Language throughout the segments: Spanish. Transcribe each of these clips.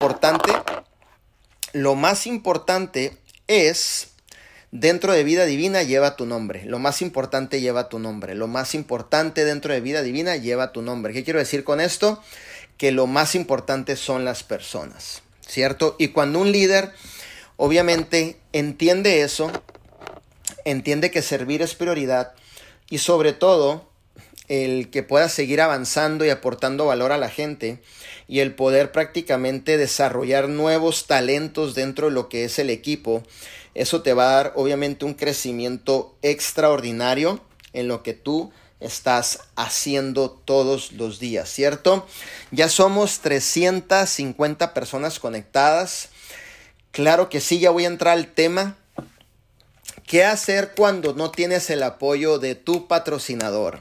importante es, dentro de Vida Divina lleva tu nombre. Lo más importante lleva tu nombre. Lo más importante dentro de Vida Divina lleva tu nombre. ¿Qué quiero decir con esto? Que lo más importante son las personas, ¿cierto? Y cuando un líder, obviamente, entiende eso, entiende que servir es prioridad y sobre todo el que pueda seguir avanzando y aportando valor a la gente y el poder prácticamente desarrollar nuevos talentos dentro de lo que es el equipo, eso te va a dar obviamente un crecimiento extraordinario en lo que tú estás haciendo todos los días, ¿cierto? Ya somos 350 personas conectadas. Claro que sí, ya voy a entrar al tema. ¿Qué hacer cuando no tienes el apoyo de tu patrocinador?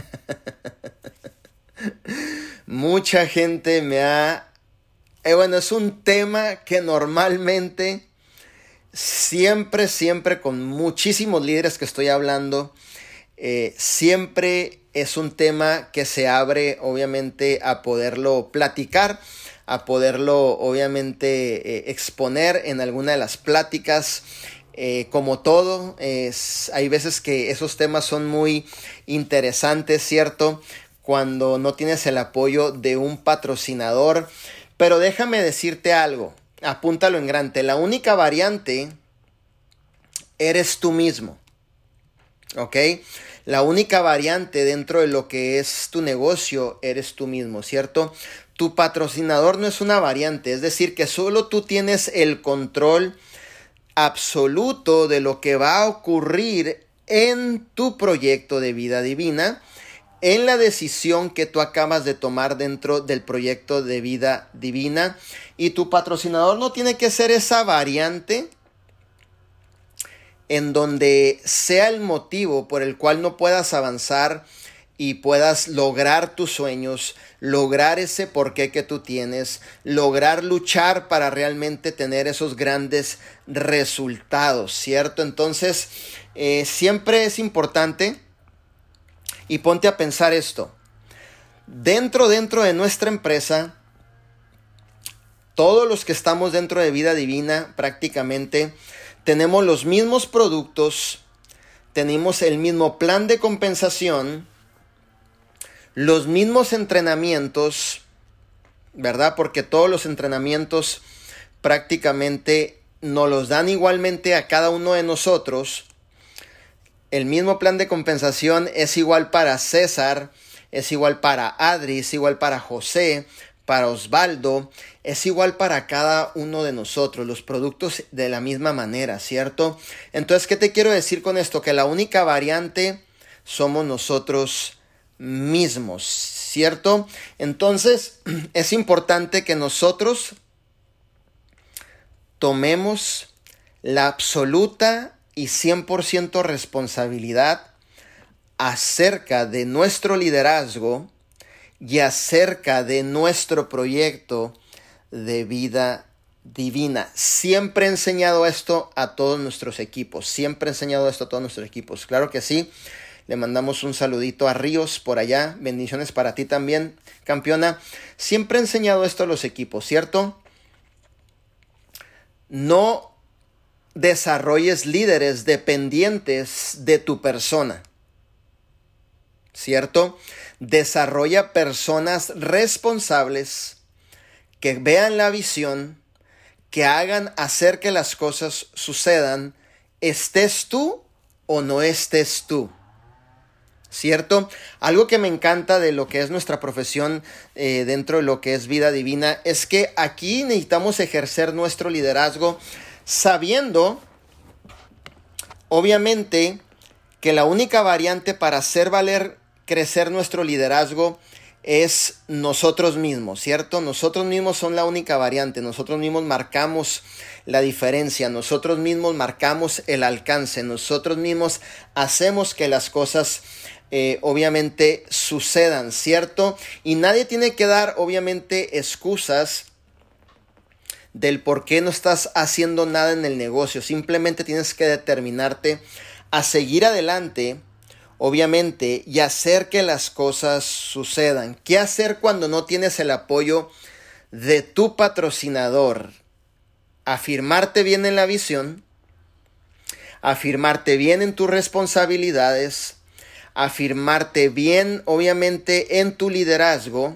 Mucha gente me ha... es un tema que normalmente siempre con muchísimos líderes que estoy hablando, siempre es un tema que se abre obviamente a poderlo platicar, a poderlo obviamente exponer en alguna de las pláticas. Como todo, hay veces que esos temas son muy interesantes, ¿cierto? Cuando no tienes el apoyo de un patrocinador. Pero déjame decirte algo, apúntalo en grande. La única variante eres tú mismo, ¿ok? La única variante dentro de lo que es tu negocio eres tú mismo, ¿cierto? Tu patrocinador no es una variante, es decir, que solo tú tienes el control absoluto de lo que va a ocurrir en tu proyecto de Vida Divina, en la decisión que tú acabas de tomar dentro del proyecto de Vida Divina, y tu patrocinador no tiene que ser esa variante en donde sea el motivo por el cual no puedas avanzar y puedas lograr tus sueños, lograr ese porqué que tú tienes, lograr luchar para realmente tener esos grandes resultados, ¿cierto? Entonces, siempre es importante, y ponte a pensar esto, dentro de nuestra empresa, todos los que estamos dentro de Vida Divina prácticamente tenemos los mismos productos, tenemos el mismo plan de compensación, los mismos entrenamientos, ¿verdad? Porque todos los entrenamientos prácticamente nos los dan igualmente a cada uno de nosotros. El mismo plan de compensación es igual para César, es igual para Adri, es igual para José, para Osvaldo, es igual para cada uno de nosotros, los productos de la misma manera, ¿cierto? Entonces, ¿qué te quiero decir con esto? Que la única variante somos nosotros mismos, ¿cierto? Entonces, es importante que nosotros tomemos la absoluta y 100% responsabilidad acerca de nuestro liderazgo y acerca de nuestro proyecto de Vida Divina. Siempre he enseñado esto a todos nuestros equipos. Claro que sí. Le mandamos un saludito a Ríos por allá. Bendiciones para ti también, campeona. Siempre he enseñado esto a los equipos, ¿cierto? No desarrolles líderes dependientes de tu persona, ¿cierto? Desarrolla personas responsables que vean la visión, que hagan hacer que las cosas sucedan, estés tú o no estés tú, ¿cierto? Algo que me encanta de lo que es nuestra profesión dentro de lo que es Vida Divina es que aquí necesitamos ejercer nuestro liderazgo sabiendo, obviamente, que la única variante para hacer valer crecer nuestro liderazgo es nosotros mismos, ¿cierto? Nosotros mismos son la única variante, nosotros mismos marcamos la diferencia, nosotros mismos marcamos el alcance, nosotros mismos hacemos que las cosas obviamente sucedan, ¿cierto? Y nadie tiene que dar obviamente excusas del por qué no estás haciendo nada en el negocio. Simplemente tienes que determinarte a seguir adelante, obviamente, y hacer que las cosas sucedan. ¿Qué hacer cuando no tienes el apoyo de tu patrocinador afirmarte bien en la visión, afirmarte bien en tus responsabilidades, afirmarte bien, obviamente, en tu liderazgo,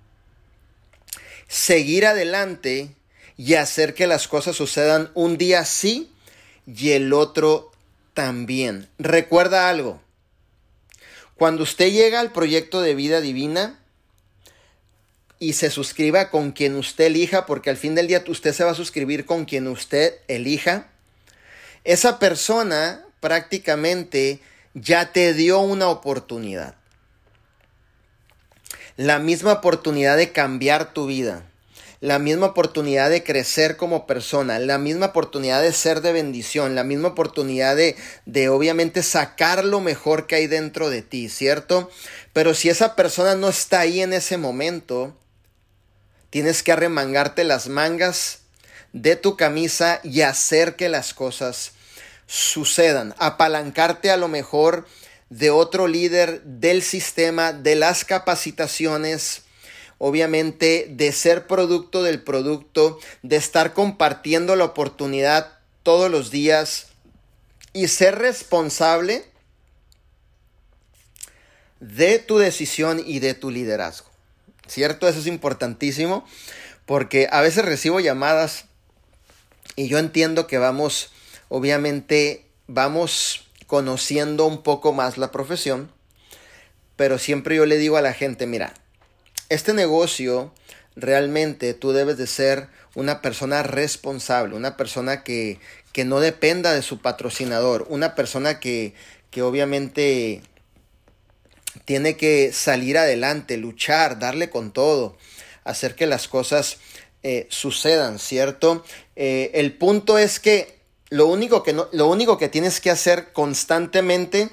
seguir adelante y hacer que las cosas sucedan un día sí y el otro también. Recuerda algo, cuando usted llega al proyecto de vida divina y se suscriba con quien usted elija, porque al fin del día usted se va a suscribir con quien usted elija, esa persona prácticamente ya te dio una oportunidad. La misma oportunidad de cambiar tu vida, la misma oportunidad de crecer como persona, la misma oportunidad de ser de bendición, la misma oportunidad de obviamente sacar lo mejor que hay dentro de ti, ¿cierto? Pero si esa persona no está ahí en ese momento, tienes que arremangarte las mangas de tu camisa y hacer que las cosas sucedan. Apalancarte a lo mejor de otro líder del sistema, de las capacitaciones, obviamente de ser producto del producto, de estar compartiendo la oportunidad todos los días y ser responsable de tu decisión y de tu liderazgo. ¿Cierto? Eso es importantísimo porque a veces recibo llamadas y yo entiendo que vamos conociendo un poco más la profesión, pero siempre yo le digo a la gente, mira, este negocio realmente tú debes de ser una persona responsable, una persona que no dependa de su patrocinador, una persona que obviamente tiene que salir adelante, luchar, darle con todo, hacer que las cosas sucedan, ¿cierto? El punto es que lo único que tienes que hacer constantemente,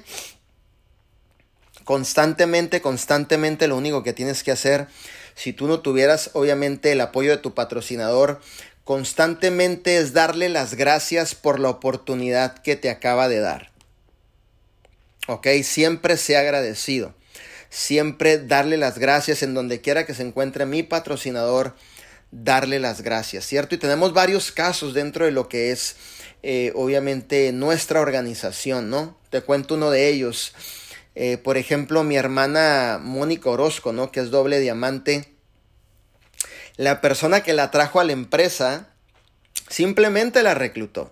lo único que tienes que hacer, si tú no tuvieras obviamente el apoyo de tu patrocinador, constantemente es darle las gracias por la oportunidad que te acaba de dar. ¿Ok? Siempre sea agradecido. Siempre darle las gracias en donde quiera que se encuentre mi patrocinador, darle las gracias, ¿cierto? Y tenemos varios casos dentro de lo que es, obviamente, nuestra organización, ¿no? Te cuento uno de ellos. Por ejemplo, mi hermana Mónica Orozco, ¿no? Que es doble diamante. La persona que la trajo a la empresa simplemente la reclutó,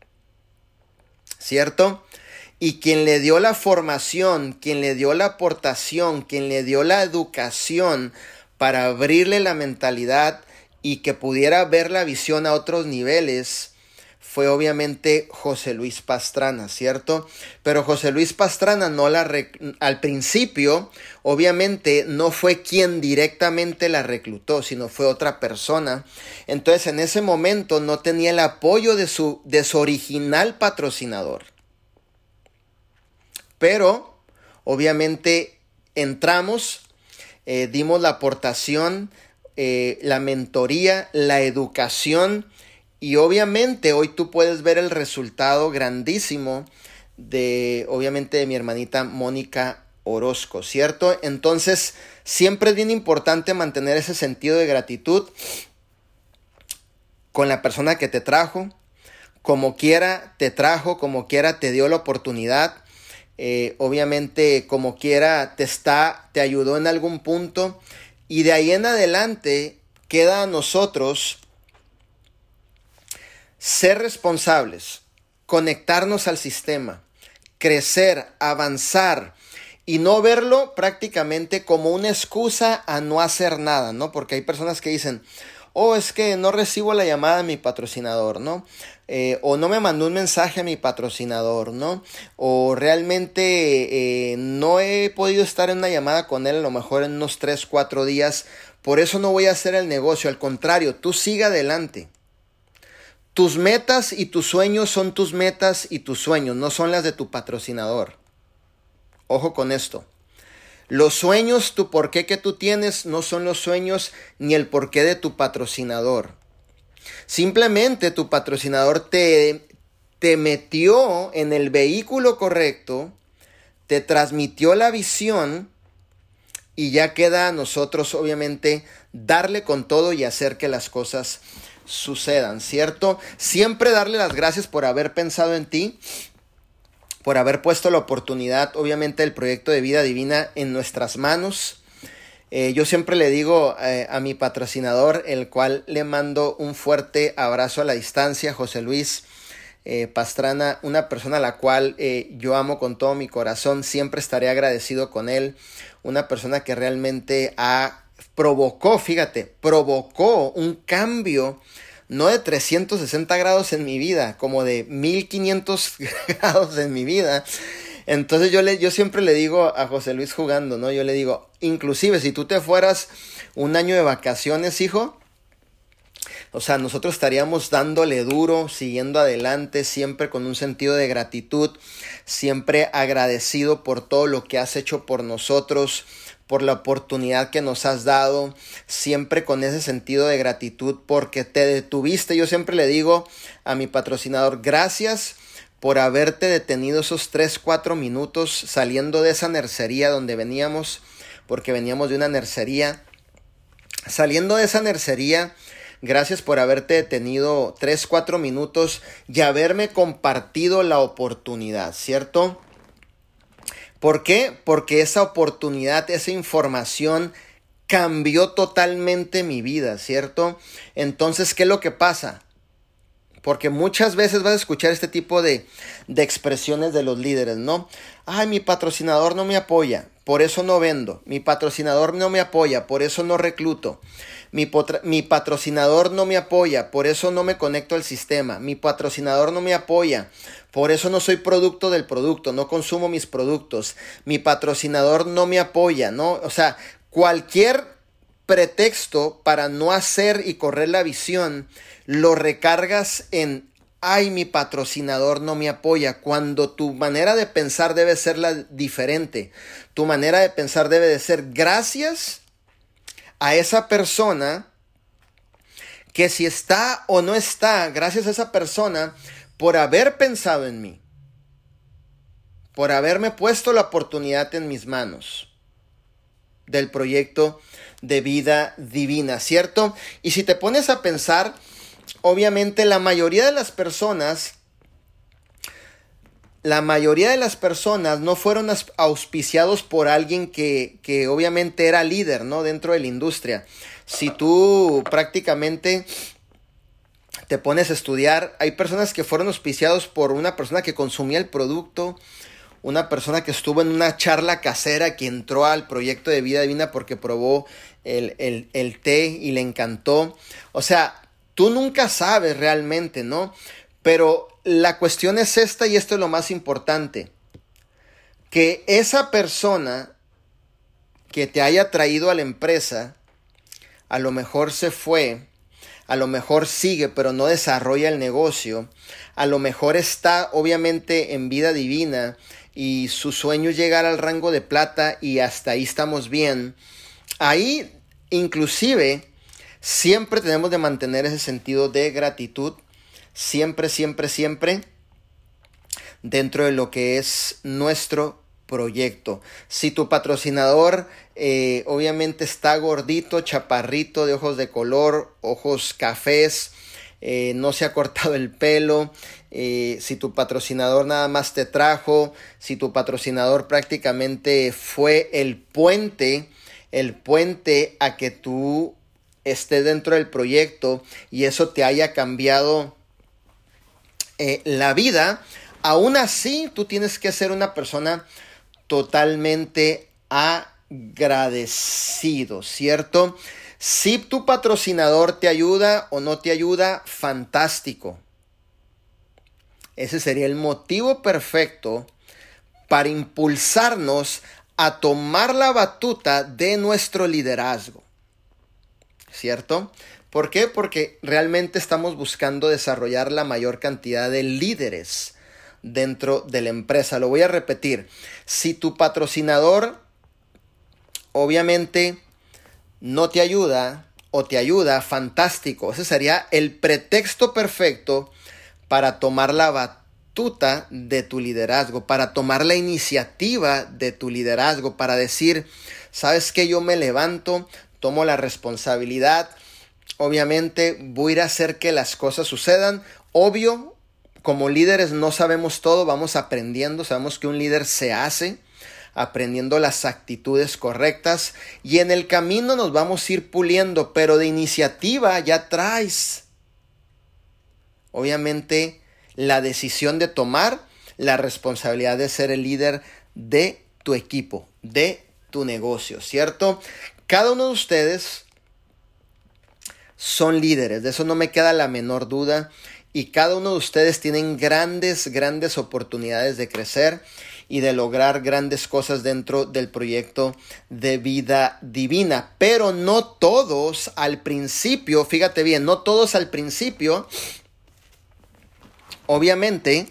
¿cierto? Y quien le dio la formación, quien le dio la aportación, quien le dio la educación para abrirle la mentalidad y que pudiera ver la visión a otros niveles, fue obviamente José Luis Pastrana, ¿cierto? Pero José Luis Pastrana al principio, obviamente, no fue quien directamente la reclutó, sino fue otra persona. Entonces, en ese momento no tenía el apoyo de su original patrocinador. Pero, obviamente, entramos, dimos la aportación, la mentoría, la educación, y obviamente hoy tú puedes ver el resultado grandísimo de mi hermanita Mónica Orozco, ¿cierto? Entonces, siempre es bien importante mantener ese sentido de gratitud con la persona que te trajo, como quiera te trajo, como quiera te dio la oportunidad. Obviamente como quiera te ayudó en algún punto, y de ahí en adelante queda a nosotros ser responsables, conectarnos al sistema, crecer, avanzar y no verlo prácticamente como una excusa a no hacer nada, ¿no? Porque hay personas que dicen, es que no recibo la llamada de mi patrocinador, ¿no? O no me mandó un mensaje a mi patrocinador, ¿no? O realmente no he podido estar en una llamada con él a lo mejor en unos 3, 4 días. Por eso no voy a hacer el negocio. Al contrario, tú sigue adelante. Tus metas y tus sueños son tus metas y tus sueños, no son las de tu patrocinador. Ojo con esto. Los sueños, tu porqué que tú tienes, no son los sueños ni el porqué de tu patrocinador. Simplemente tu patrocinador te metió en el vehículo correcto, te transmitió la visión y ya queda a nosotros obviamente darle con todo y hacer que las cosas sucedan, ¿cierto? Siempre darle las gracias por haber pensado en ti, por haber puesto la oportunidad, obviamente, del proyecto de Vida Divina en nuestras manos. Yo siempre le digo a mi patrocinador, el cual le mando un fuerte abrazo a la distancia, José Luis Pastrana, una persona a la cual yo amo con todo mi corazón, siempre estaré agradecido con él, una persona que realmente provocó un cambio, no de 360 grados en mi vida, como de 1500 grados en mi vida. Entonces yo siempre le digo a José Luis jugando, ¿no? Yo le digo, inclusive si tú te fueras un año de vacaciones, hijo, o sea, nosotros estaríamos dándole duro, siguiendo adelante, siempre con un sentido de gratitud, siempre agradecido por todo lo que has hecho por nosotros, por la oportunidad que nos has dado, siempre con ese sentido de gratitud porque te detuviste. Yo siempre le digo a mi patrocinador, gracias por haberte detenido esos 3-4 minutos saliendo de esa nercería donde veníamos, porque veníamos de una nercería. Saliendo de esa nercería, gracias por haberte detenido 3-4 minutos y haberme compartido la oportunidad, ¿cierto? ¿Por qué? Porque esa oportunidad, esa información cambió totalmente mi vida, ¿cierto? Entonces, ¿qué es lo que pasa? Porque muchas veces vas a escuchar este tipo de expresiones de los líderes, ¿no? Ay, mi patrocinador no me apoya, por eso no vendo. Mi patrocinador no me apoya, por eso no recluto. Mi patrocinador no me apoya, por eso no me conecto al sistema. Mi patrocinador no me apoya, por eso no soy producto del producto, no consumo mis productos. Mi patrocinador no me apoya, ¿no? O sea, cualquier pretexto para no hacer y correr la visión lo recargas en ay, mi patrocinador no me apoya, cuando tu manera de pensar debe ser la diferente. Tu manera de pensar debe de ser gracias a esa persona, que si está o no está, gracias a esa persona por haber pensado en mí, por haberme puesto la oportunidad en mis manos del proyecto de Vida Divina, ¿cierto? Y si te pones a pensar, obviamente la mayoría de las personas no fueron auspiciados por alguien que obviamente era líder, ¿no? Dentro de la industria. Si tú prácticamente te pones a estudiar, hay personas que fueron auspiciados por una persona que consumía el producto, una persona que estuvo en una charla casera, que entró al proyecto de Vida Divina porque probó el té y le encantó. O sea, tú nunca sabes realmente, ¿no? Pero la cuestión es esta, y esto es lo más importante, que esa persona que te haya traído a la empresa, a lo mejor se fue, a lo mejor sigue, pero no desarrolla el negocio, a lo mejor está obviamente en Vida Divina y su sueño es llegar al rango de plata y hasta ahí estamos bien. Ahí inclusive siempre tenemos de mantener ese sentido de gratitud, siempre dentro de lo que es nuestro proyecto. Si tu patrocinador obviamente está gordito, chaparrito, de ojos de color, ojos cafés, no se ha cortado el pelo, si tu patrocinador nada más te trajo, si tu patrocinador prácticamente fue el puente a que tú estés dentro del proyecto y eso te haya cambiado la vida, aún así tú tienes que ser una persona totalmente agradecido, ¿cierto? Si tu patrocinador te ayuda o no te ayuda, fantástico. Ese sería el motivo perfecto para impulsarnos a tomar la batuta de nuestro liderazgo, ¿cierto? ¿Por qué? Porque realmente estamos buscando desarrollar la mayor cantidad de líderes dentro de la empresa. Lo voy a repetir. Si tu patrocinador obviamente no te ayuda o te ayuda, fantástico. Ese sería el pretexto perfecto para tomar la batuta de tu liderazgo, para tomar la iniciativa de tu liderazgo, para decir, ¿sabes qué? Yo me levanto, tomo la responsabilidad, obviamente voy a ir a hacer que las cosas sucedan. Obvio, como líderes no sabemos todo, vamos aprendiendo, sabemos que un líder se hace aprendiendo las actitudes correctas y en el camino nos vamos a ir puliendo, pero de iniciativa ya traes, obviamente, la decisión de tomar la responsabilidad de ser el líder de tu equipo, de tu negocio, ¿cierto? Cada uno de ustedes son líderes, de eso no me queda la menor duda, y cada uno de ustedes tienen grandes oportunidades de crecer y de lograr grandes cosas dentro del proyecto de vida divina. Pero no todos al principio, fíjate bien, no todos al principio, obviamente,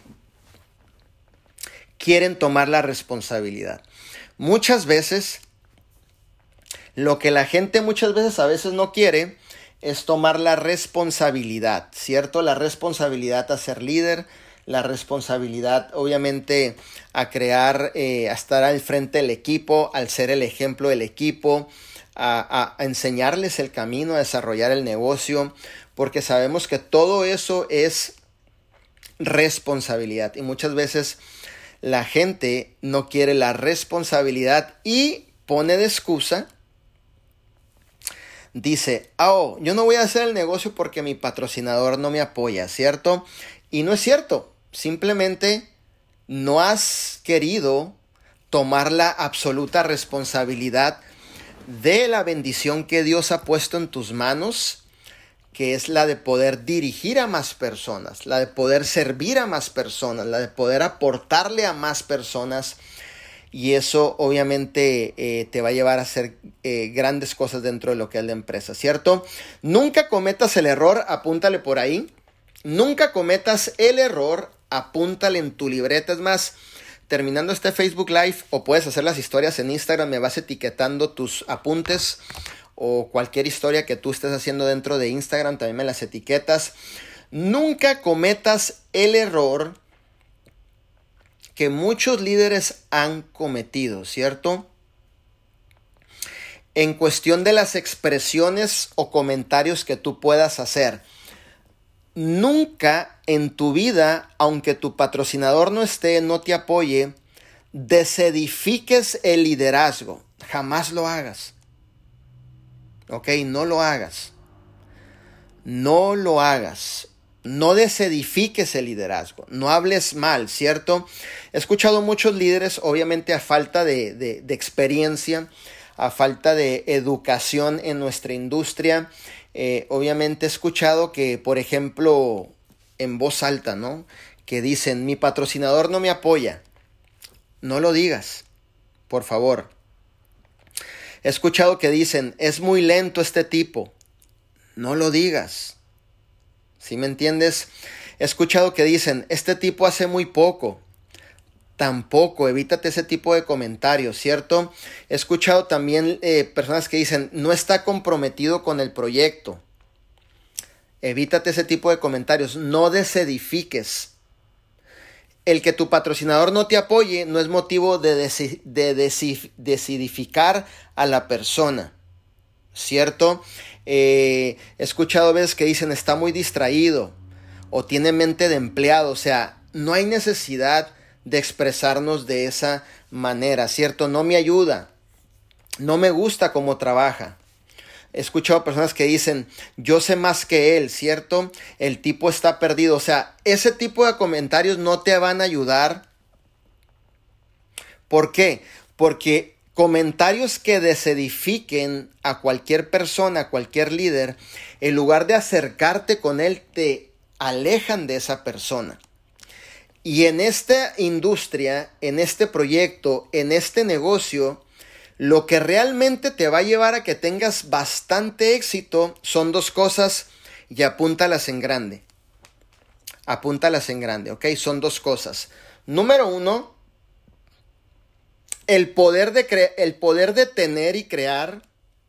quieren tomar la responsabilidad. Muchas veces, lo que la gente a veces no quiere es tomar la responsabilidad, ¿cierto? La responsabilidad a ser líder, la responsabilidad obviamente a crear, a estar al frente del equipo, al ser el ejemplo del equipo, a enseñarles el camino, a desarrollar el negocio, porque sabemos que todo eso es responsabilidad y muchas veces la gente no quiere la responsabilidad y pone de excusa. Dice, yo no voy a hacer el negocio porque mi patrocinador no me apoya, ¿cierto? Y no es cierto, simplemente no has querido tomar la absoluta responsabilidad de la bendición que Dios ha puesto en tus manos, que es la de poder dirigir a más personas, la de poder servir a más personas, la de poder aportarle a más personas. Y eso obviamente te va a llevar a hacer grandes cosas dentro de lo que es la empresa, ¿cierto? Nunca cometas el error, apúntale por ahí. Nunca cometas el error, apúntale en tu libreta. Es más, terminando este Facebook Live, o puedes hacer las historias en Instagram, me vas etiquetando tus apuntes o cualquier historia que tú estés haciendo dentro de Instagram, también me las etiquetas. Nunca cometas el error que muchos líderes han cometido, ¿cierto? En cuestión de las expresiones o comentarios que tú puedas hacer. Nunca en tu vida, aunque tu patrocinador no esté, no te apoye, desedifiques el liderazgo. Jamás lo hagas. ¿Ok? No lo hagas. No lo hagas. No desedifiques el liderazgo, no hables mal, ¿cierto? He escuchado muchos líderes, obviamente a falta de experiencia, a falta de educación en nuestra industria. Obviamente he escuchado que, por ejemplo, en voz alta, ¿no? Que dicen, mi patrocinador no me apoya. No lo digas, por favor. He escuchado que dicen, es muy lento este tipo. No lo digas. ¿Sí me entiendes? He escuchado que dicen, este tipo hace muy poco. Tampoco, evítate ese tipo de comentarios, ¿cierto? He escuchado también personas que dicen, no está comprometido con el proyecto. Evítate ese tipo de comentarios, no desedifiques. El que tu patrocinador no te apoye no es motivo de desedificar a la persona, ¿cierto? He escuchado veces que dicen está muy distraído o tiene mente de empleado, o sea, no hay necesidad de expresarnos de esa manera, ¿cierto? No me ayuda, no me gusta cómo trabaja. He escuchado personas que dicen yo sé más que él, ¿cierto? El tipo está perdido, o sea, ese tipo de comentarios no te van a ayudar. ¿Por qué? Porque comentarios que desedifiquen a cualquier persona, a cualquier líder, en lugar de acercarte con él, te alejan de esa persona. Y en esta industria, en este proyecto, en este negocio, lo que realmente te va a llevar a que tengas bastante éxito son dos cosas y apúntalas en grande. Apúntalas en grande, ¿ok? Son dos cosas. Número uno, el poder de tener y crear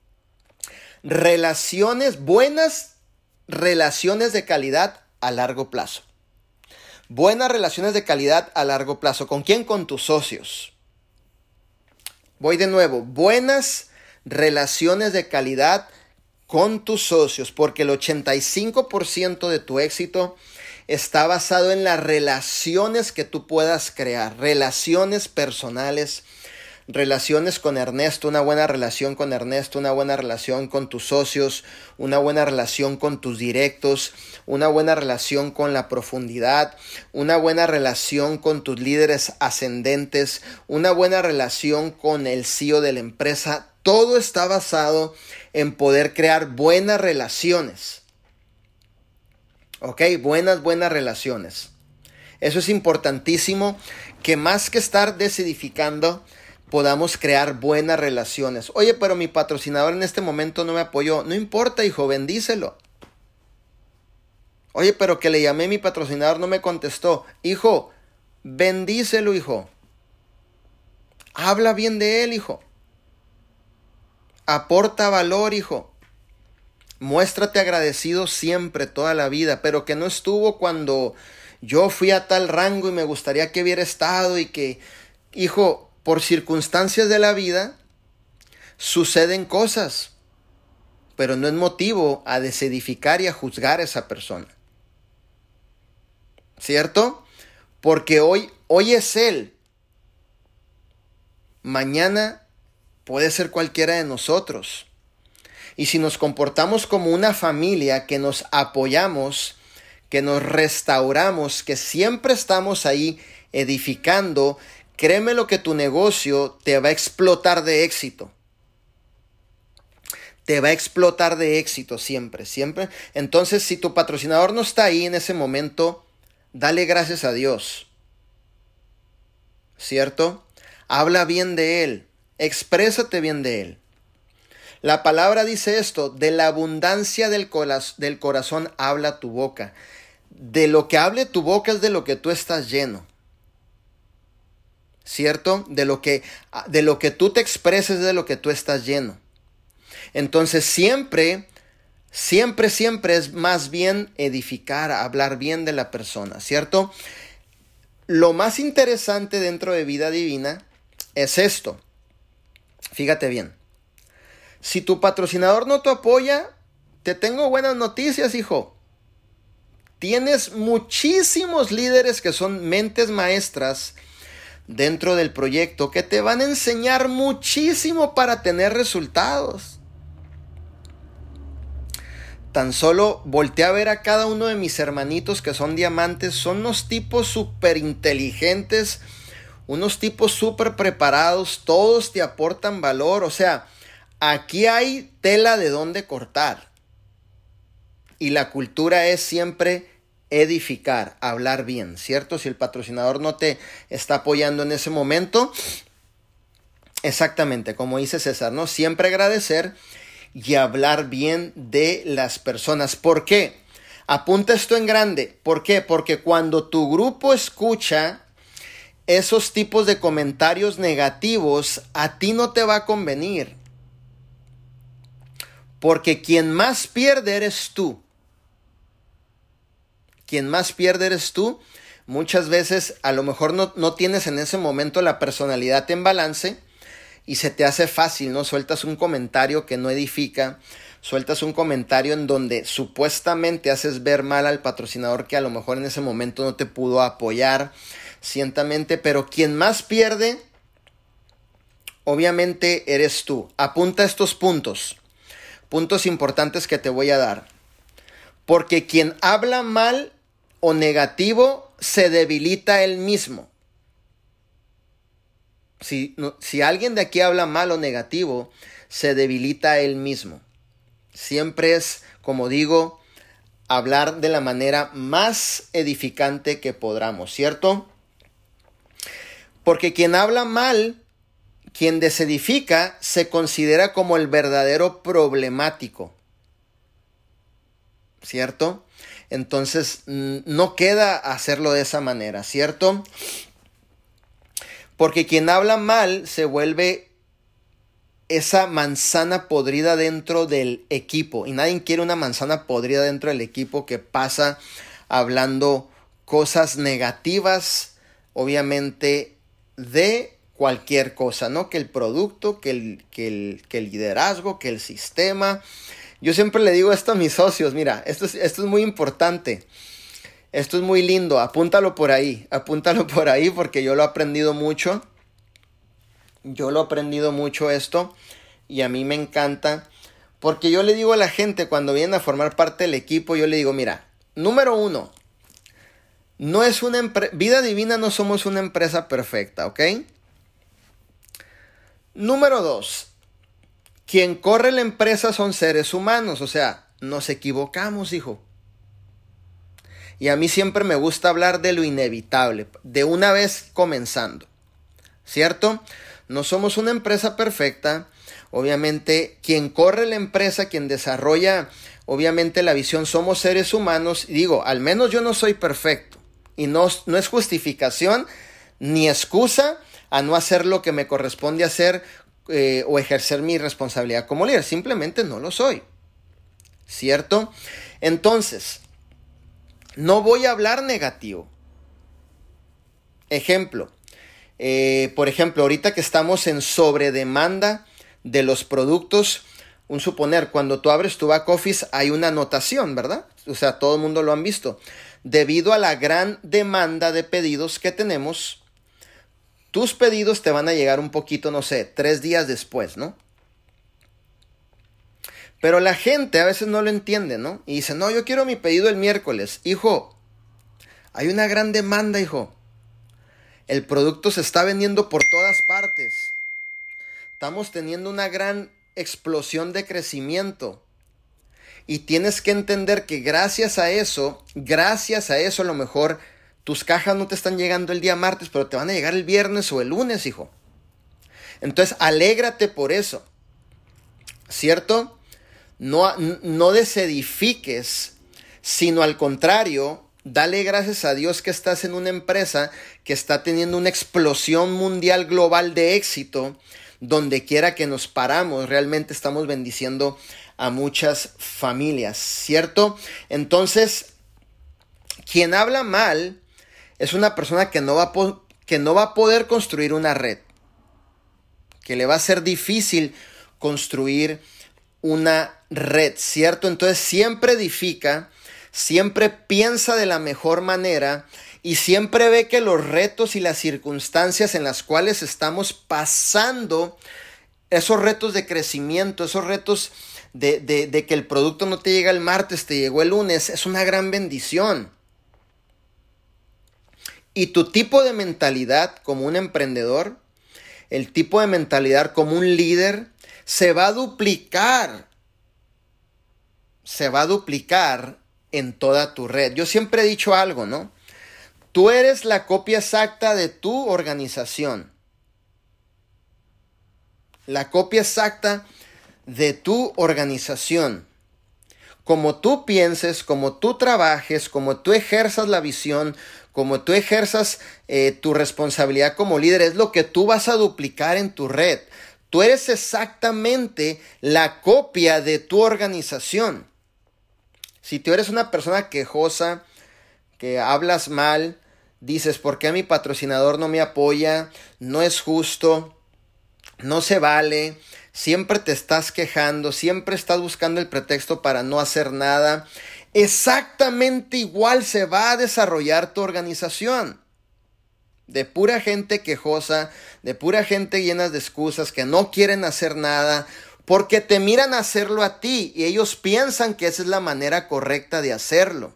buenas relaciones de calidad a largo plazo. Buenas relaciones de calidad a largo plazo. ¿Con quién? Con tus socios. Voy de nuevo. Buenas relaciones de calidad con tus socios, porque el 85% de tu éxito está basado en las relaciones que tú puedas crear, relaciones personales, relaciones con Ernesto, una buena relación con Ernesto, una buena relación con tus socios, una buena relación con tus directos, una buena relación con la profundidad, una buena relación con tus líderes ascendentes, una buena relación con el CEO de la empresa. Todo está basado en poder crear buenas relaciones. ¿Ok? Buenas relaciones. Eso es importantísimo, que más que estar desedificando, podamos crear buenas relaciones. Oye, pero mi patrocinador en este momento no me apoyó. No importa, hijo, bendícelo. Oye, pero que le llamé, mi patrocinador no me contestó. Hijo, bendícelo, hijo. Habla bien de él, hijo. Aporta valor, hijo. Muéstrate agradecido siempre, toda la vida, pero que no estuvo cuando yo fui a tal rango y me gustaría que hubiera estado y que, hijo, por circunstancias de la vida suceden cosas, pero no es motivo a desedificar y a juzgar a esa persona. ¿Cierto? Porque hoy es él. Mañana puede ser cualquiera de nosotros. Y si nos comportamos como una familia, que nos apoyamos, que nos restauramos, que siempre estamos ahí edificando, créeme lo que tu negocio te va a explotar de éxito. Te va a explotar de éxito siempre, siempre. Entonces, si tu patrocinador no está ahí en ese momento, dale gracias a Dios. ¿Cierto? Habla bien de él. Exprésate bien de él. La palabra dice esto: de la abundancia del corazón habla tu boca. De lo que hable tu boca es de lo que tú estás lleno. ¿Cierto? De lo que tú te expreses es de lo que tú estás lleno. Entonces siempre es más bien edificar, hablar bien de la persona, ¿cierto? Lo más interesante dentro de Vida Divina es esto. Fíjate bien. Si tu patrocinador no te apoya, te tengo buenas noticias, hijo. Tienes muchísimos líderes que son mentes maestras dentro del proyecto que te van a enseñar muchísimo para tener resultados. Tan solo volteé a ver a cada uno de mis hermanitos que son diamantes. Son unos tipos súper inteligentes, unos tipos súper preparados. Todos te aportan valor. O sea, aquí hay tela de dónde cortar. Y la cultura es siempre edificar, hablar bien, ¿cierto? Si el patrocinador no te está apoyando en ese momento, exactamente, como dice César, ¿no? Siempre agradecer y hablar bien de las personas. ¿Por qué? Apunta esto en grande. ¿Por qué? Porque cuando tu grupo escucha esos tipos de comentarios negativos, a ti no te va a convenir. Porque quien más pierde eres tú. Quien más pierde eres tú. Muchas veces a lo mejor no tienes en ese momento la personalidad en balance y se te hace fácil, ¿no? Sueltas un comentario que no edifica, sueltas un comentario en donde supuestamente haces ver mal al patrocinador que a lo mejor en ese momento no te pudo apoyar cienamente, pero quien más pierde, obviamente eres tú. Apunta estos puntos importantes que te voy a dar. Porque quien habla mal o negativo se debilita él mismo. Si alguien de aquí habla mal o negativo, se debilita él mismo. Siempre es, como digo, hablar de la manera más edificante que podamos, ¿cierto? Porque quien habla mal, quien desedifica, se considera como el verdadero problemático, ¿cierto? Entonces, no queda hacerlo de esa manera, ¿cierto? Porque quien habla mal se vuelve esa manzana podrida dentro del equipo. Y nadie quiere una manzana podrida dentro del equipo que pasa hablando cosas negativas, obviamente, de cualquier cosa, ¿no? Que el producto, que el liderazgo, que el sistema. Yo siempre le digo esto a mis socios, mira, esto es muy importante. Esto es muy lindo, apúntalo por ahí porque yo lo he aprendido mucho. Yo lo he aprendido mucho esto y a mí me encanta. Porque yo le digo a la gente cuando vienen a formar parte del equipo, yo le digo, mira, número 1, no es Vida Divina no somos una empresa perfecta, ¿ok? Número 2, quien corre la empresa son seres humanos, o sea, nos equivocamos, hijo. Y a mí siempre me gusta hablar de lo inevitable, de una vez comenzando, ¿cierto? No somos una empresa perfecta. Obviamente, quien corre la empresa, quien desarrolla, obviamente, la visión, somos seres humanos. Y digo, al menos yo no soy perfecto. Y no es justificación ni excusa a no hacer lo que me corresponde hacer o ejercer mi responsabilidad como líder. Simplemente no lo soy, ¿cierto? Entonces, no voy a hablar negativo. Ejemplo. Por ejemplo, ahorita que estamos en sobredemanda de los productos, un suponer, cuando tú abres tu back office hay una anotación, ¿verdad? O sea, todo el mundo lo han visto. Debido a la gran demanda de pedidos que tenemos, tus pedidos te van a llegar un poquito, no sé, 3 días después, ¿no? Pero la gente a veces no lo entiende, ¿no? Y dice, no, yo quiero mi pedido el miércoles. Hijo, hay una gran demanda, hijo. El producto se está vendiendo por todas partes. Estamos teniendo una gran explosión de crecimiento. Y tienes que entender que gracias a eso, a lo mejor tus cajas no te están llegando el día martes, pero te van a llegar el viernes o el lunes, hijo. Entonces, alégrate por eso. ¿Cierto? No desedifiques, sino al contrario, dale gracias a Dios que estás en una empresa que está teniendo una explosión mundial global de éxito. Donde quiera que nos paramos, realmente estamos bendiciendo a muchas familias, ¿cierto? Entonces, quien habla mal es una persona que no va a poder construir una red, que le va a ser difícil construir una red, ¿cierto? Entonces siempre edifica, siempre piensa de la mejor manera y siempre ve que los retos y las circunstancias en las cuales estamos pasando, esos retos de crecimiento, esos retos de que el producto no te llega el martes, te llegó el lunes, es una gran bendición. Y tu tipo de mentalidad como un emprendedor, el tipo de mentalidad como un líder, se va a duplicar en toda tu red. Yo siempre he dicho algo, ¿no? Tú eres la copia exacta de tu organización. La copia exacta de tu organización. Como tú pienses, como tú trabajes, como tú ejerzas la visión, como tú ejerzas tu responsabilidad como líder, es lo que tú vas a duplicar en tu red. Tú eres exactamente la copia de tu organización. Si tú eres una persona quejosa, que hablas mal, dices, ¿por qué mi patrocinador no me apoya? No es justo, no se vale, siempre te estás quejando, siempre estás buscando el pretexto para no hacer nada. Exactamente igual se va a desarrollar tu organización. De pura gente quejosa, de pura gente llena de excusas, que no quieren hacer nada, porque te miran a hacerlo a ti y ellos piensan que esa es la manera correcta de hacerlo.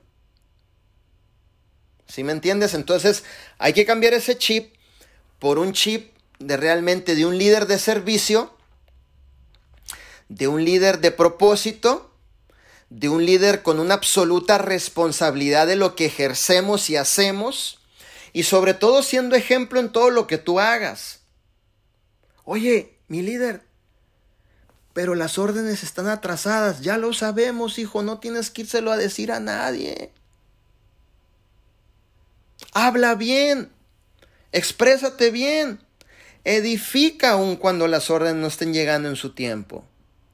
¿Sí me entiendes? Entonces hay que cambiar ese chip por un chip realmente de un líder de servicio, de un líder de propósito, de un líder con una absoluta responsabilidad de lo que ejercemos y hacemos, y sobre todo siendo ejemplo en todo lo que tú hagas. Oye, mi líder, pero las órdenes están atrasadas. Ya lo sabemos, hijo, no tienes que írselo a decir a nadie. Habla bien, exprésate bien, edifica aun cuando las órdenes no estén llegando en su tiempo.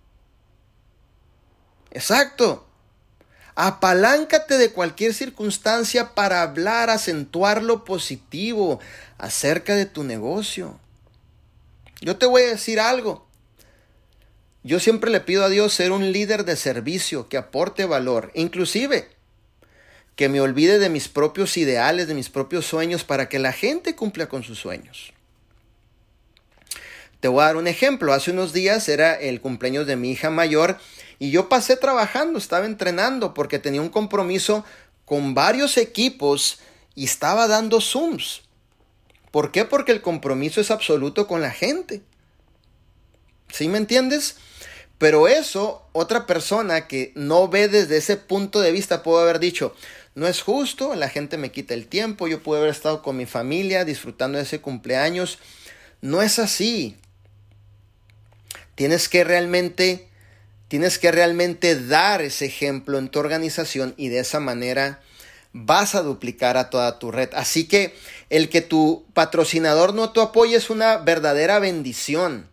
Exacto. Apaláncate de cualquier circunstancia para hablar, acentuar lo positivo acerca de tu negocio. Yo te voy a decir algo. Yo siempre le pido a Dios ser un líder de servicio que aporte valor, inclusive que me olvide de mis propios ideales, de mis propios sueños, para que la gente cumpla con sus sueños. Te voy a dar un ejemplo. Hace unos días era el cumpleaños de mi hija mayor y yo pasé trabajando, estaba entrenando porque tenía un compromiso con varios equipos y estaba dando Zooms. ¿Por qué? Porque el compromiso es absoluto con la gente. ¿Sí me entiendes? Pero eso, otra persona que no ve desde ese punto de vista puede haber dicho, no es justo, la gente me quita el tiempo, yo pude haber estado con mi familia disfrutando de ese cumpleaños. No es así. Tienes que realmente dar ese ejemplo en tu organización y de esa manera vas a duplicar a toda tu red. Así que el que tu patrocinador no te apoye es una verdadera bendición,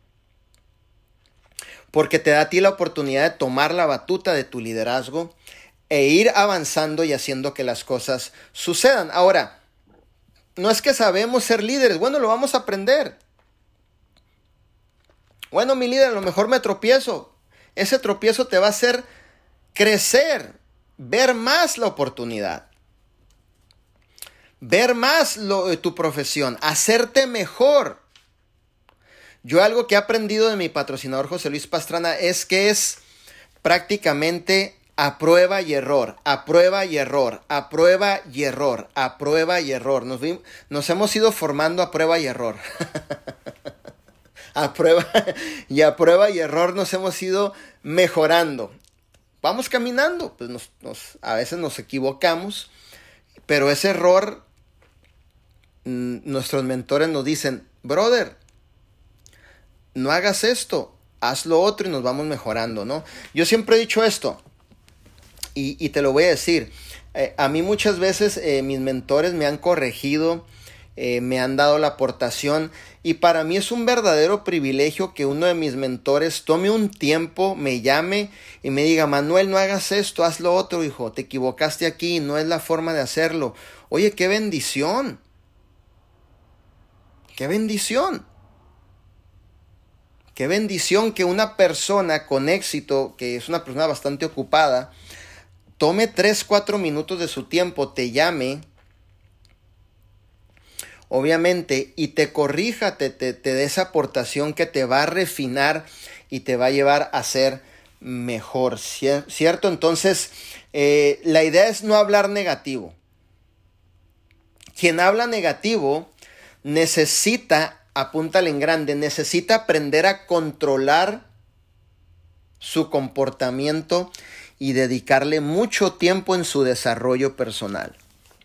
porque te da a ti la oportunidad de tomar la batuta de tu liderazgo e ir avanzando y haciendo que las cosas sucedan. Ahora, no es que sabemos ser líderes, bueno, lo vamos a aprender. Bueno, mi líder, a lo mejor me tropiezo. Ese tropiezo te va a hacer crecer, ver más la oportunidad, ver más tu profesión, hacerte mejor. Yo algo que he aprendido de mi patrocinador José Luis Pastrana es que es prácticamente a prueba y error, a prueba y error, a prueba y error, a prueba y error. Nos hemos ido formando a prueba y error. A prueba y error nos hemos ido mejorando. Vamos caminando, pues a veces nos equivocamos, pero ese error, nuestros mentores nos dicen, brother, no hagas esto, haz lo otro y nos vamos mejorando, ¿no? Yo siempre he dicho esto y te lo voy a decir. A mí muchas veces mis mentores me han corregido, me han dado la aportación y para mí es un verdadero privilegio que uno de mis mentores tome un tiempo, me llame y me diga, Manuel, no hagas esto, haz lo otro, hijo, te equivocaste aquí, no es la forma de hacerlo. Oye, qué bendición, qué bendición. Qué bendición que una persona con éxito, que es una persona bastante ocupada, tome 3-4 minutos de su tiempo, te llame, obviamente, y te corrija, te dé esa aportación que te va a refinar y te va a llevar a ser mejor, ¿cierto? Entonces, la idea es no hablar negativo. Quien habla negativo necesita, apúntale en grande, necesita aprender a controlar su comportamiento y dedicarle mucho tiempo en su desarrollo personal.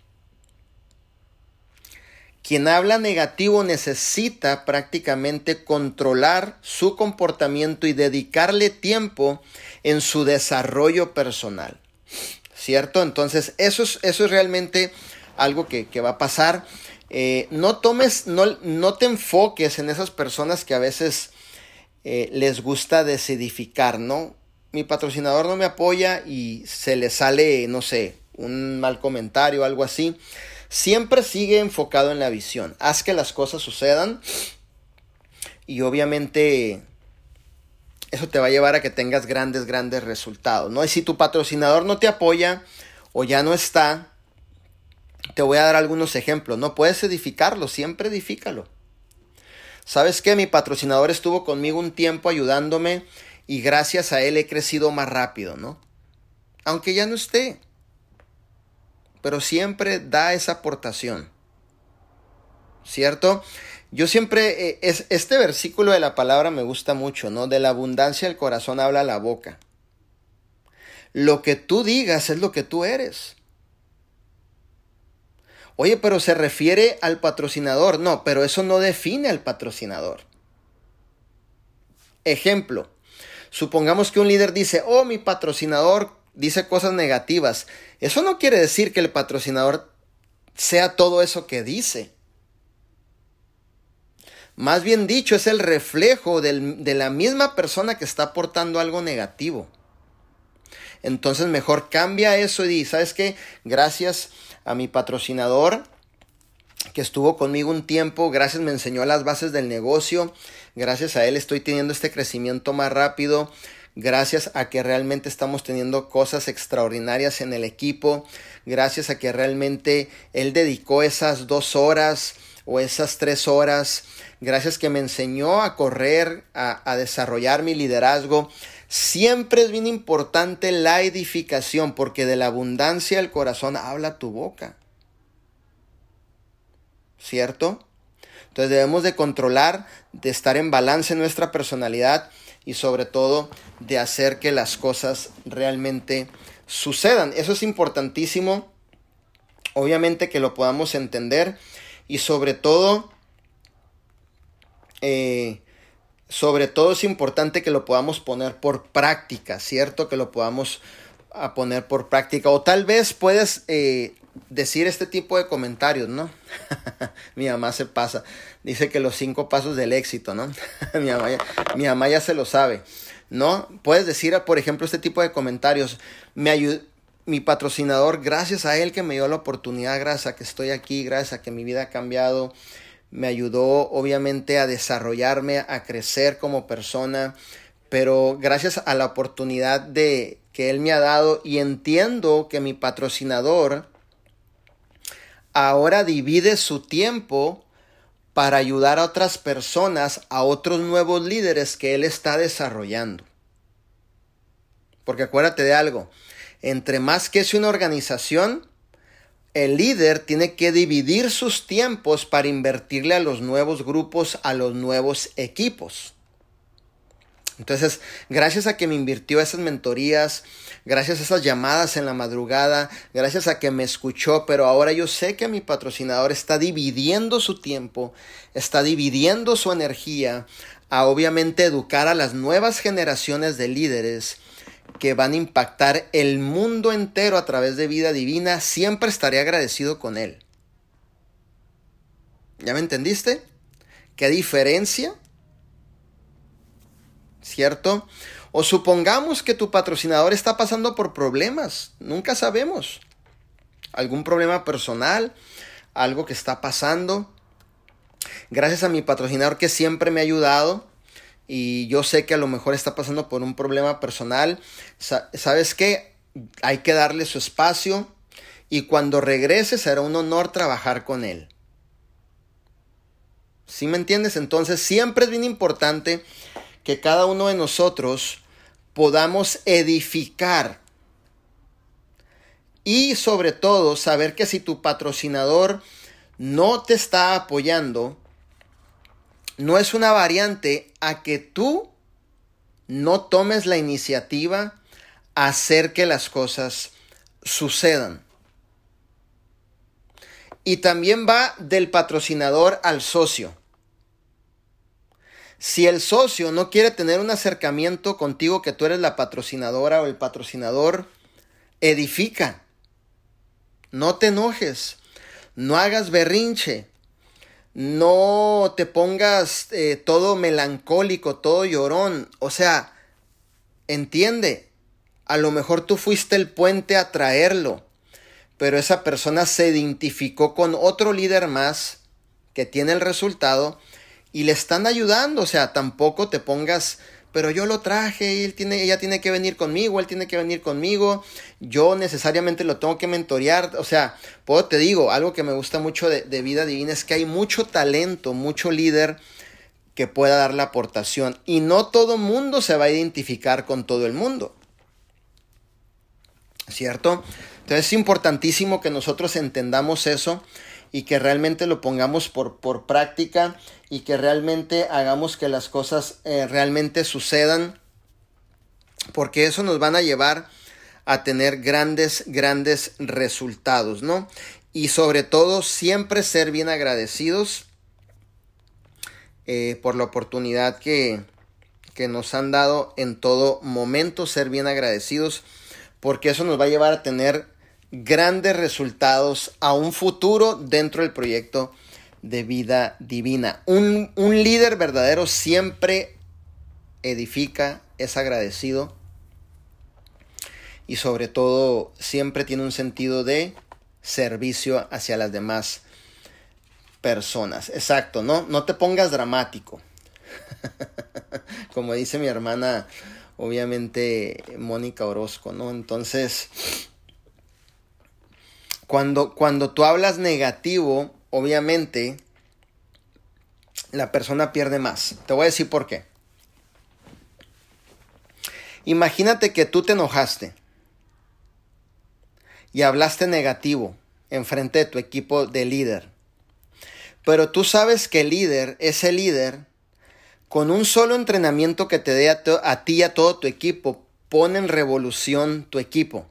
Quien habla negativo necesita prácticamente controlar su comportamiento y dedicarle tiempo en su desarrollo personal, ¿cierto? Entonces eso es realmente algo que va a pasar. No te enfoques en esas personas que a veces les gusta desedificar, ¿no? Mi patrocinador no me apoya y se le sale, no sé, un mal comentario o algo así. Siempre sigue enfocado en la visión. Haz que las cosas sucedan y obviamente eso te va a llevar a que tengas grandes resultados, ¿no? Y si tu patrocinador no te apoya o ya no está, te voy a dar algunos ejemplos. No puedes edificarlo, siempre edifícalo. ¿Sabes qué? Mi patrocinador estuvo conmigo un tiempo ayudándome y gracias a él he crecido más rápido, ¿no? Aunque ya no esté. Pero siempre da esa aportación, ¿cierto? Yo siempre, este versículo de la palabra me gusta mucho, ¿no? De la abundancia del corazón habla la boca. Lo que tú digas es lo que tú eres. Oye, pero se refiere al patrocinador. No, pero eso no define al patrocinador. Ejemplo, supongamos que un líder dice, oh, mi patrocinador dice cosas negativas. Eso no quiere decir que el patrocinador sea todo eso que dice. Más bien dicho, es el reflejo de la misma persona que está aportando algo negativo. Entonces mejor cambia eso y di, ¿sabes qué? Gracias a mi patrocinador que estuvo conmigo un tiempo. Gracias, me enseñó las bases del negocio. Gracias a él estoy teniendo este crecimiento más rápido. Gracias a que realmente estamos teniendo cosas extraordinarias en el equipo. Gracias a que realmente él dedicó esas 2 horas o esas 3 horas. Gracias que me enseñó a correr, a desarrollar mi liderazgo. Siempre es bien importante la edificación, porque de la abundancia del corazón habla tu boca. ¿Cierto? Entonces debemos de controlar, de estar en balance en nuestra personalidad y sobre todo de hacer que las cosas realmente sucedan. Eso es importantísimo, obviamente, que lo podamos entender y sobre todo es importante que lo podamos poner por práctica, ¿cierto? Que lo podamos poner por práctica. O tal vez puedes decir este tipo de comentarios, ¿no? Mi mamá se pasa. Dice que los 5 pasos del éxito, ¿no? mi mamá ya se lo sabe, ¿no? Puedes decir, por ejemplo, este tipo de comentarios. Mi patrocinador, gracias a él que me dio la oportunidad, gracias a que estoy aquí, gracias a que mi vida ha cambiado, me ayudó obviamente a desarrollarme, a crecer como persona, pero gracias a la oportunidad que él me ha dado, y entiendo que mi patrocinador ahora divide su tiempo para ayudar a otras personas, a otros nuevos líderes que él está desarrollando. Porque acuérdate de algo, entre más que es una organización, el líder tiene que dividir sus tiempos para invertirle a los nuevos grupos, a los nuevos equipos. Entonces, gracias a que me invirtió esas mentorías, gracias a esas llamadas en la madrugada, gracias a que me escuchó, pero ahora yo sé que mi patrocinador está dividiendo su tiempo, está dividiendo su energía a obviamente educar a las nuevas generaciones de líderes que van a impactar el mundo entero a través de Vida Divina. Siempre estaré agradecido con él. ¿Ya me entendiste? ¿Qué diferencia? ¿Cierto? O supongamos que tu patrocinador está pasando por problemas. Nunca sabemos. Algún problema personal, algo que está pasando. Gracias a mi patrocinador que siempre me ha ayudado, y yo sé que a lo mejor está pasando por un problema personal. ¿Sabes qué? Hay que darle su espacio, y cuando regrese será un honor trabajar con él. ¿Sí me entiendes? Entonces siempre es bien importante que cada uno de nosotros podamos edificar, y sobre todo saber que si tu patrocinador no te está apoyando, no es una variante a que tú no tomes la iniciativa a hacer que las cosas sucedan. Y también va del patrocinador al socio. Si el socio no quiere tener un acercamiento contigo, que tú eres la patrocinadora o el patrocinador, edifica. No te enojes, no hagas berrinche. No te pongas todo melancólico, todo llorón. O sea, entiende, a lo mejor tú fuiste el puente a traerlo, pero esa persona se identificó con otro líder más que tiene el resultado y le están ayudando. O sea, tampoco te pongas, pero yo lo traje, ella tiene que venir conmigo, él tiene que venir conmigo, yo necesariamente lo tengo que mentorear. O sea, te digo, algo que me gusta mucho de Vida Divina es que hay mucho talento, mucho líder que pueda dar la aportación, y no todo mundo se va a identificar con todo el mundo, ¿cierto? Entonces es importantísimo que nosotros entendamos eso y que realmente lo pongamos por práctica, y que realmente hagamos que las cosas realmente sucedan, porque eso nos van a llevar a tener grandes resultados, ¿no? Y sobre todo siempre ser bien agradecidos por la oportunidad que nos han dado en todo momento, ser bien agradecidos, porque eso nos va a llevar a tener grandes resultados a un futuro dentro del proyecto de Vida Divina. Un líder verdadero siempre edifica, es agradecido, y sobre todo siempre tiene un sentido de servicio hacia las demás personas. Exacto, no te pongas dramático. Como dice mi hermana, obviamente, Mónica Orozco, ¿no? Entonces, cuando tú hablas negativo, obviamente, la persona pierde más. Te voy a decir por qué. Imagínate que tú te enojaste y hablaste negativo enfrente de tu equipo de líder. Pero tú sabes que ese líder, con un solo entrenamiento que te dé a ti y a todo tu equipo, pone en revolución tu equipo.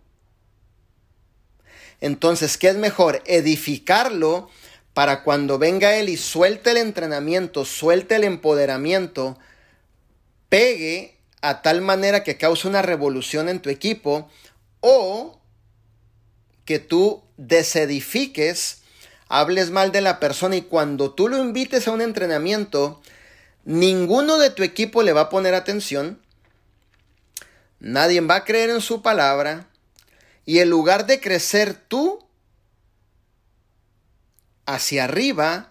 Entonces, ¿qué es mejor? Edificarlo para cuando venga él y suelte el entrenamiento, suelte el empoderamiento, pegue a tal manera que cause una revolución en tu equipo, o que tú desedifiques, hables mal de la persona y cuando tú lo invites a un entrenamiento, ninguno de tu equipo le va a poner atención, nadie va a creer en su palabra y en lugar de crecer tú hacia arriba,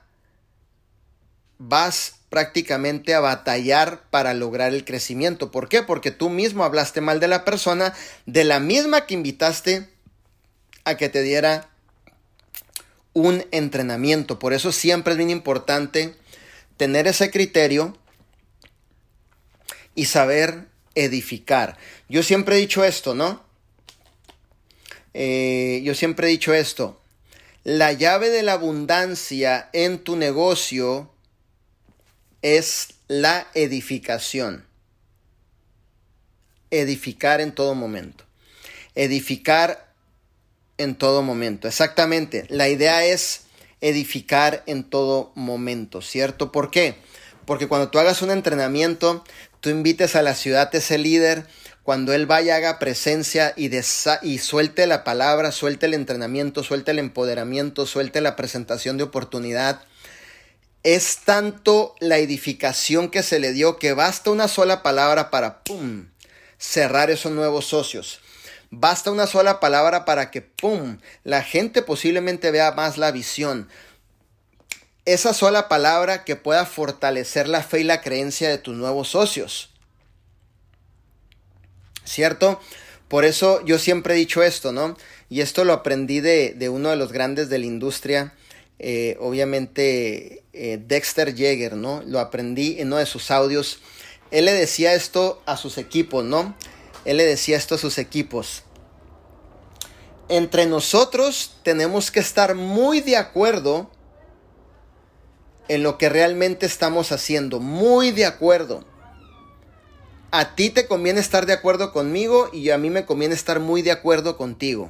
vas prácticamente a batallar para lograr el crecimiento. ¿Por qué? Porque tú mismo hablaste mal de la persona, de la misma que invitaste a que te diera un entrenamiento. Por eso siempre es bien importante tener ese criterio y saber edificar. Yo siempre he dicho esto, ¿no? La llave de la abundancia en tu negocio es la edificación. Edificar en todo momento. Edificar en todo momento. Exactamente. La idea es edificar en todo momento, ¿cierto? ¿Por qué? Porque cuando tú hagas un entrenamiento, tú invites a la ciudad a ese líder, cuando él vaya, haga presencia y suelte la palabra, suelte el entrenamiento, suelte el empoderamiento, suelte la presentación de oportunidad. Es tanto la edificación que se le dio que basta una sola palabra para ¡pum! Cerrar esos nuevos socios. Basta una sola palabra para que ¡pum! La gente posiblemente vea más la visión. Esa sola palabra que pueda fortalecer la fe y la creencia de tus nuevos socios. ¿Cierto? Por eso yo siempre he dicho esto, ¿no? Y esto lo aprendí de uno de los grandes de la industria, obviamente Dexter Yeager, ¿no? Lo aprendí en uno de sus audios. Él le decía esto a sus equipos, ¿no? Él le decía esto a sus equipos. Entre nosotros tenemos que estar muy de acuerdo en lo que realmente estamos haciendo. Muy de acuerdo. A ti te conviene estar de acuerdo conmigo y a mí me conviene estar muy de acuerdo contigo.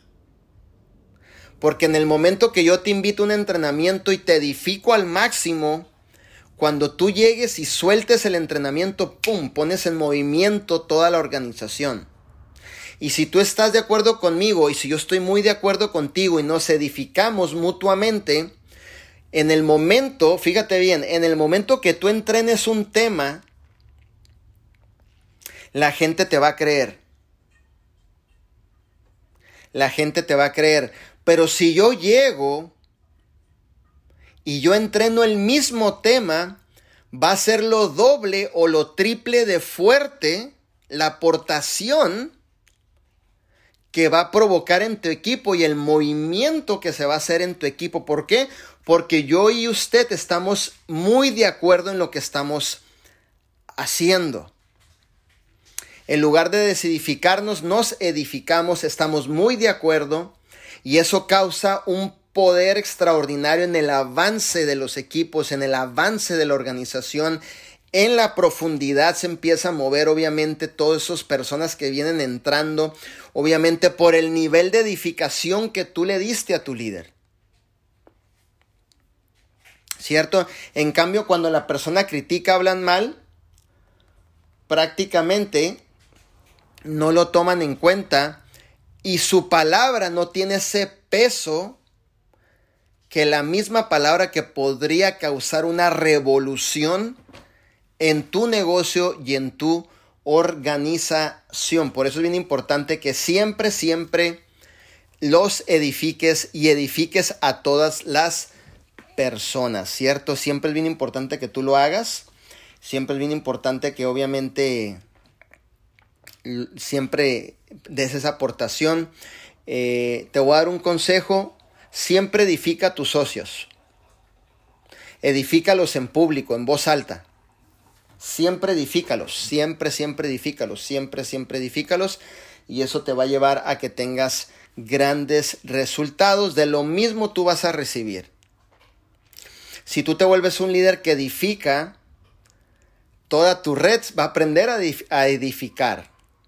Porque en el momento que yo te invito a un entrenamiento y te edifico al máximo, cuando tú llegues y sueltes el entrenamiento, ¡pum!, pones en movimiento toda la organización. Y si tú estás de acuerdo conmigo y si yo estoy muy de acuerdo contigo y nos edificamos mutuamente, en el momento, fíjate bien, en el momento que tú entrenes un tema, la gente te va a creer. La gente te va a creer. Pero si yo llego y yo entreno el mismo tema, va a ser lo doble o lo triple de fuerte la aportación que va a provocar en tu equipo y el movimiento que se va a hacer en tu equipo. ¿Por qué? Porque yo y usted estamos muy de acuerdo en lo que estamos haciendo. En lugar de desedificarnos, nos edificamos, estamos muy de acuerdo y eso causa un poder extraordinario en el avance de los equipos, en el avance de la organización. En la profundidad se empieza a mover, obviamente, todas esas personas que vienen entrando, obviamente, por el nivel de edificación que tú le diste a tu líder. ¿Cierto? En cambio, cuando la persona critica, hablan mal, prácticamente no lo toman en cuenta y su palabra no tiene ese peso que la misma palabra que podría causar una revolución en tu negocio y en tu organización. Por eso es bien importante que siempre los edifiques y edifiques a todas las personas, ¿cierto? Siempre es bien importante que tú lo hagas. Siempre es bien importante que obviamente siempre des esa aportación. Te voy a dar un consejo. Siempre edifica a tus socios. Edifícalos en público, en voz alta. Siempre edifícalos. Siempre edifícalos. Y eso te va a llevar a que tengas grandes resultados. De lo mismo tú vas a recibir. Si tú te vuelves un líder que edifica, toda tu red va a aprender a edificar.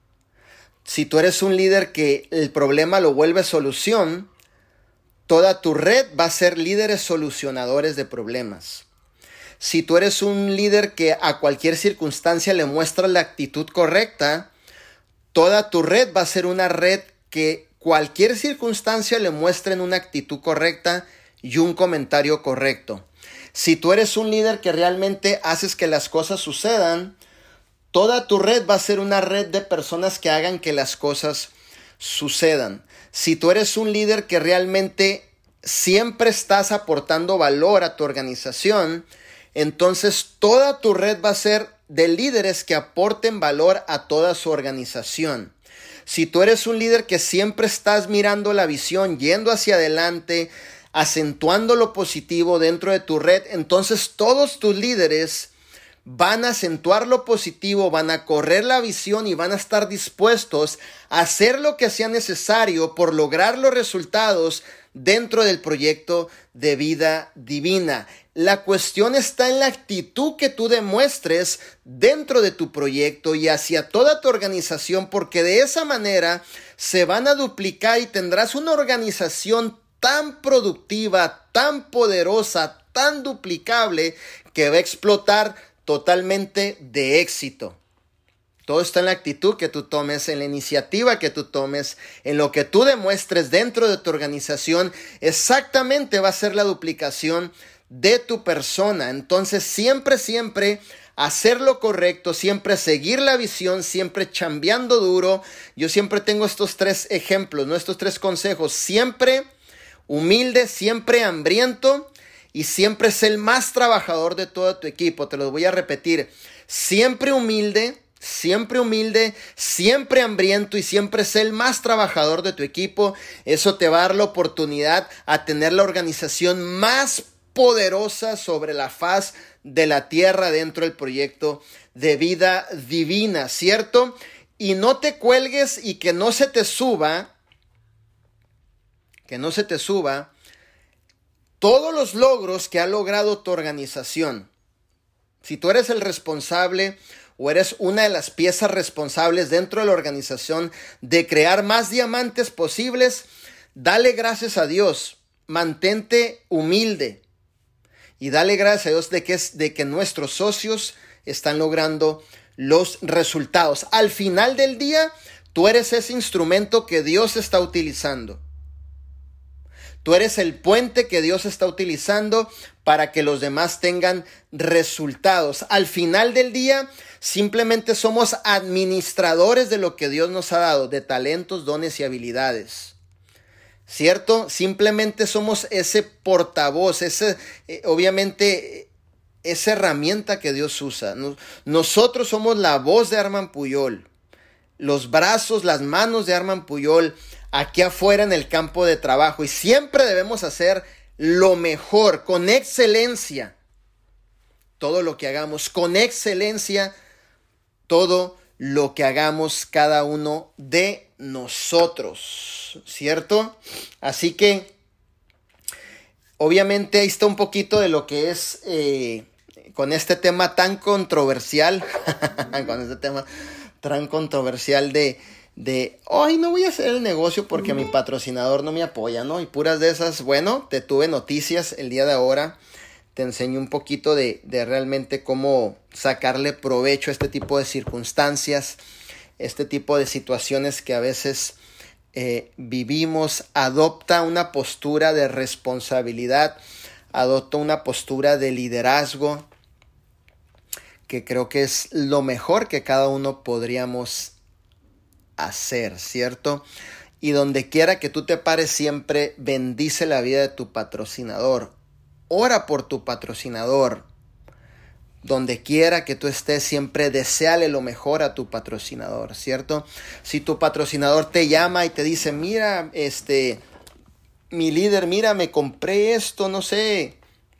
Si tú eres un líder que el problema lo vuelve solución, toda tu red va a ser líderes solucionadores de problemas. Si tú eres un líder que a cualquier circunstancia le muestra la actitud correcta, toda tu red va a ser una red que cualquier circunstancia le muestren una actitud correcta y un comentario correcto. Si tú eres un líder que realmente haces que las cosas sucedan, toda tu red va a ser una red de personas que hagan que las cosas sucedan. Si tú eres un líder que realmente siempre estás aportando valor a tu organización, entonces toda tu red va a ser de líderes que aporten valor a toda su organización. Si tú eres un líder que siempre estás mirando la visión, yendo hacia adelante, acentuando lo positivo dentro de tu red, entonces todos tus líderes van a acentuar lo positivo, van a correr la visión y van a estar dispuestos a hacer lo que sea necesario por lograr los resultados dentro del proyecto de vida divina. La cuestión está en la actitud que tú demuestres dentro de tu proyecto y hacia toda tu organización, porque de esa manera se van a duplicar y tendrás una organización tan productiva, tan poderosa, tan duplicable que va a explotar totalmente de éxito. Todo está en la actitud que tú tomes, en la iniciativa que tú tomes, en lo que tú demuestres dentro de tu organización. Exactamente va a ser la duplicación de tu persona. Entonces siempre hacer lo correcto, siempre seguir la visión, siempre chambeando duro. Yo siempre tengo estos 3 ejemplos, ¿no? Estos 3 consejos. Siempre humilde, siempre hambriento y siempre es el más trabajador de todo tu equipo. Te los voy a repetir. Siempre humilde, siempre hambriento y siempre es el más trabajador de tu equipo. Eso te va a dar la oportunidad a tener la organización más poderosa sobre la faz de la tierra dentro del proyecto de vida divina, ¿cierto? Y no te cuelgues y que no se te suba todos los logros que ha logrado tu organización. Si tú eres el responsable o eres una de las piezas responsables dentro de la organización de crear más diamantes posibles, dale gracias a Dios, mantente humilde y dale gracias a Dios de que nuestros socios están logrando los resultados. Al final del día, tú eres ese instrumento que Dios está utilizando. Tú eres el puente que Dios está utilizando para que los demás tengan resultados. Al final del día, simplemente somos administradores de lo que Dios nos ha dado, de talentos, dones y habilidades. ¿Cierto? Simplemente somos ese portavoz, obviamente, esa herramienta que Dios usa. Nosotros somos la voz de Armand Puyol, los brazos, las manos de Armand Puyol, aquí afuera en el campo de trabajo, y siempre debemos hacer lo mejor, con excelencia, todo lo que hagamos, con excelencia, todo lo que hagamos cada uno de nosotros, ¿cierto? Así que, obviamente ahí está un poquito de lo que es, con este tema tan controversial, hoy no voy a hacer el negocio porque mi patrocinador no me apoya, ¿no? Y puras de esas, bueno, te tuve noticias el día de ahora, te enseño un poquito de realmente cómo sacarle provecho a este tipo de circunstancias, este tipo de situaciones que a veces vivimos. Adopta una postura de responsabilidad, adopta una postura de liderazgo, que creo que es lo mejor que cada uno podríamos hacer, ¿cierto? Y donde quiera que tú te pares, siempre bendice la vida de tu patrocinador. ora por tu patrocinador. Donde quiera que tú estés, siempre deséale lo mejor a tu patrocinador, ¿cierto? Si tu patrocinador te llama y te dice, mira, mi líder, mira, me compré esto, no sé.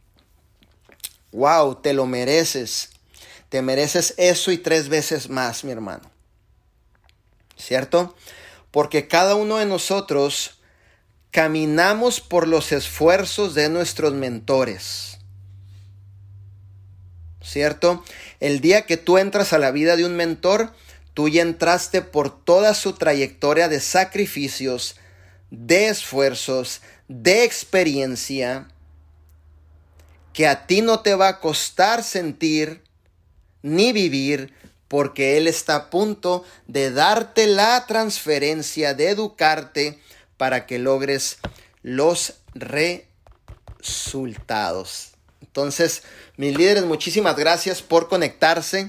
Wow, te lo mereces. Te mereces eso y 3 veces más, mi hermano. ¿Cierto? Porque cada uno de nosotros caminamos por los esfuerzos de nuestros mentores. ¿Cierto? El día que tú entras a la vida de un mentor, tú ya entraste por toda su trayectoria de sacrificios, de esfuerzos, de experiencia, que a ti no te va a costar sentir ni vivir, porque él está a punto de darte la transferencia, de educarte para que logres los resultados. Entonces, mis líderes, muchísimas gracias por conectarse.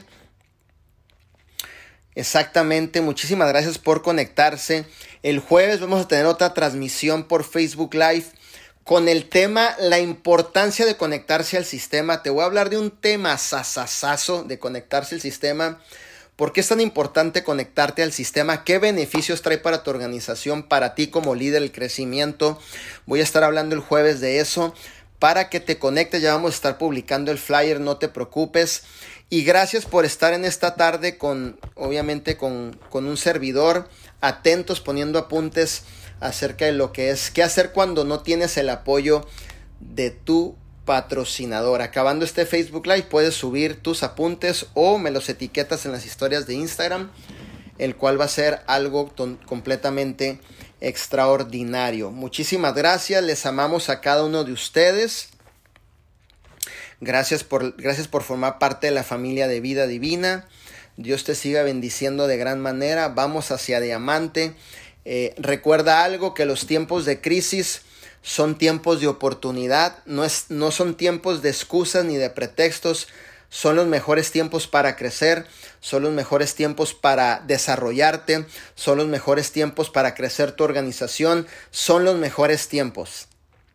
Exactamente, muchísimas gracias por conectarse. El jueves vamos a tener otra transmisión por Facebook Live con el tema la importancia de conectarse al sistema. Te voy a hablar de un tema sasasazo de conectarse al sistema. ¿Por qué es tan importante conectarte al sistema? ¿Qué beneficios trae para tu organización, para ti como líder, el crecimiento? Voy a estar hablando el jueves de eso. Para que te conectes, ya vamos a estar publicando el flyer, no te preocupes. Y gracias por estar en esta tarde obviamente con un servidor, atentos, poniendo apuntes acerca de lo que es, qué hacer cuando no tienes el apoyo de tu patrocinador. Acabando este Facebook Live, puedes subir tus apuntes o me los etiquetas en las historias de Instagram, el cual va a ser algo completamente extraordinario. Muchísimas gracias, les amamos a cada uno de ustedes. Gracias por formar parte de la familia de Vida Divina. Dios te siga bendiciendo de gran manera. Vamos hacia diamante. Recuerda algo, que los tiempos de crisis son tiempos de oportunidad, no son tiempos de excusas ni de pretextos. Son los mejores tiempos para crecer, son los mejores tiempos para desarrollarte, son los mejores tiempos para crecer tu organización, son los mejores tiempos.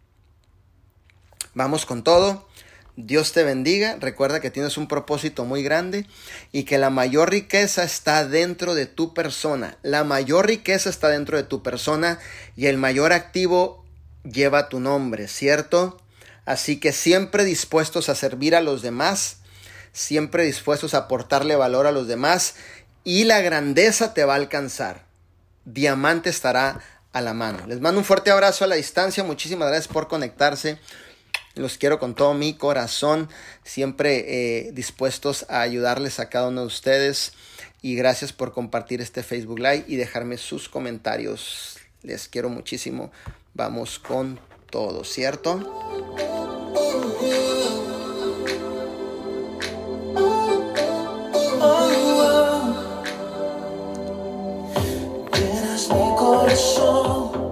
Vamos con todo. Dios te bendiga. Recuerda que tienes un propósito muy grande y que la mayor riqueza está dentro de tu persona. La mayor riqueza está dentro de tu persona y el mayor activo lleva tu nombre, ¿cierto? Así que siempre dispuestos a servir a los demás, siempre dispuestos a aportarle valor a los demás y la grandeza te va a alcanzar. Diamante estará a la mano. Les mando un fuerte abrazo a la distancia. Muchísimas gracias por conectarse. Los quiero con todo mi corazón. Siempre dispuestos a ayudarles a cada uno de ustedes. Y gracias por compartir este Facebook Live y dejarme sus comentarios. Les quiero muchísimo. Vamos con todo, ¿cierto? Llenas mi corazón